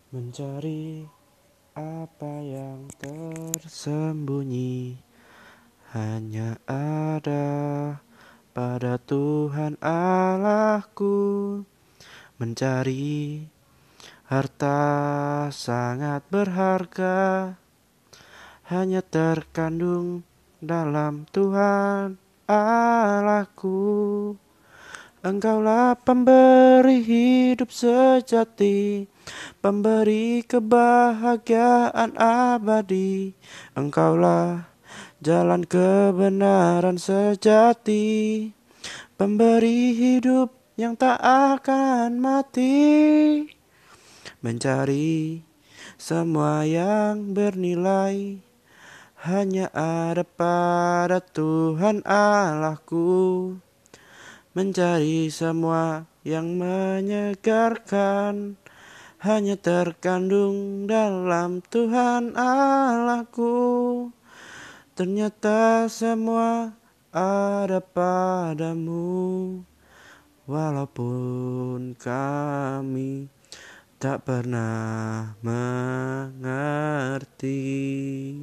Mencari apa yang tersembunyi hanya ada pada Tuhan Allahku. Mencari harta sangat berharga hanya terkandung dalam Tuhan Allahku. Engkaulah pemberi hidup sejati, pemberi kebahagiaan abadi. Engkaulah jalan kebenaran sejati, pemberi hidup yang tak akan mati. Mencari semua yang bernilai hanya ada pada Tuhan Allahku. Mencari semua yang menyegarkan hanya terkandung dalam Tuhan Allahku. Ternyata semua ada padamu, walaupun kami tak pernah mengerti.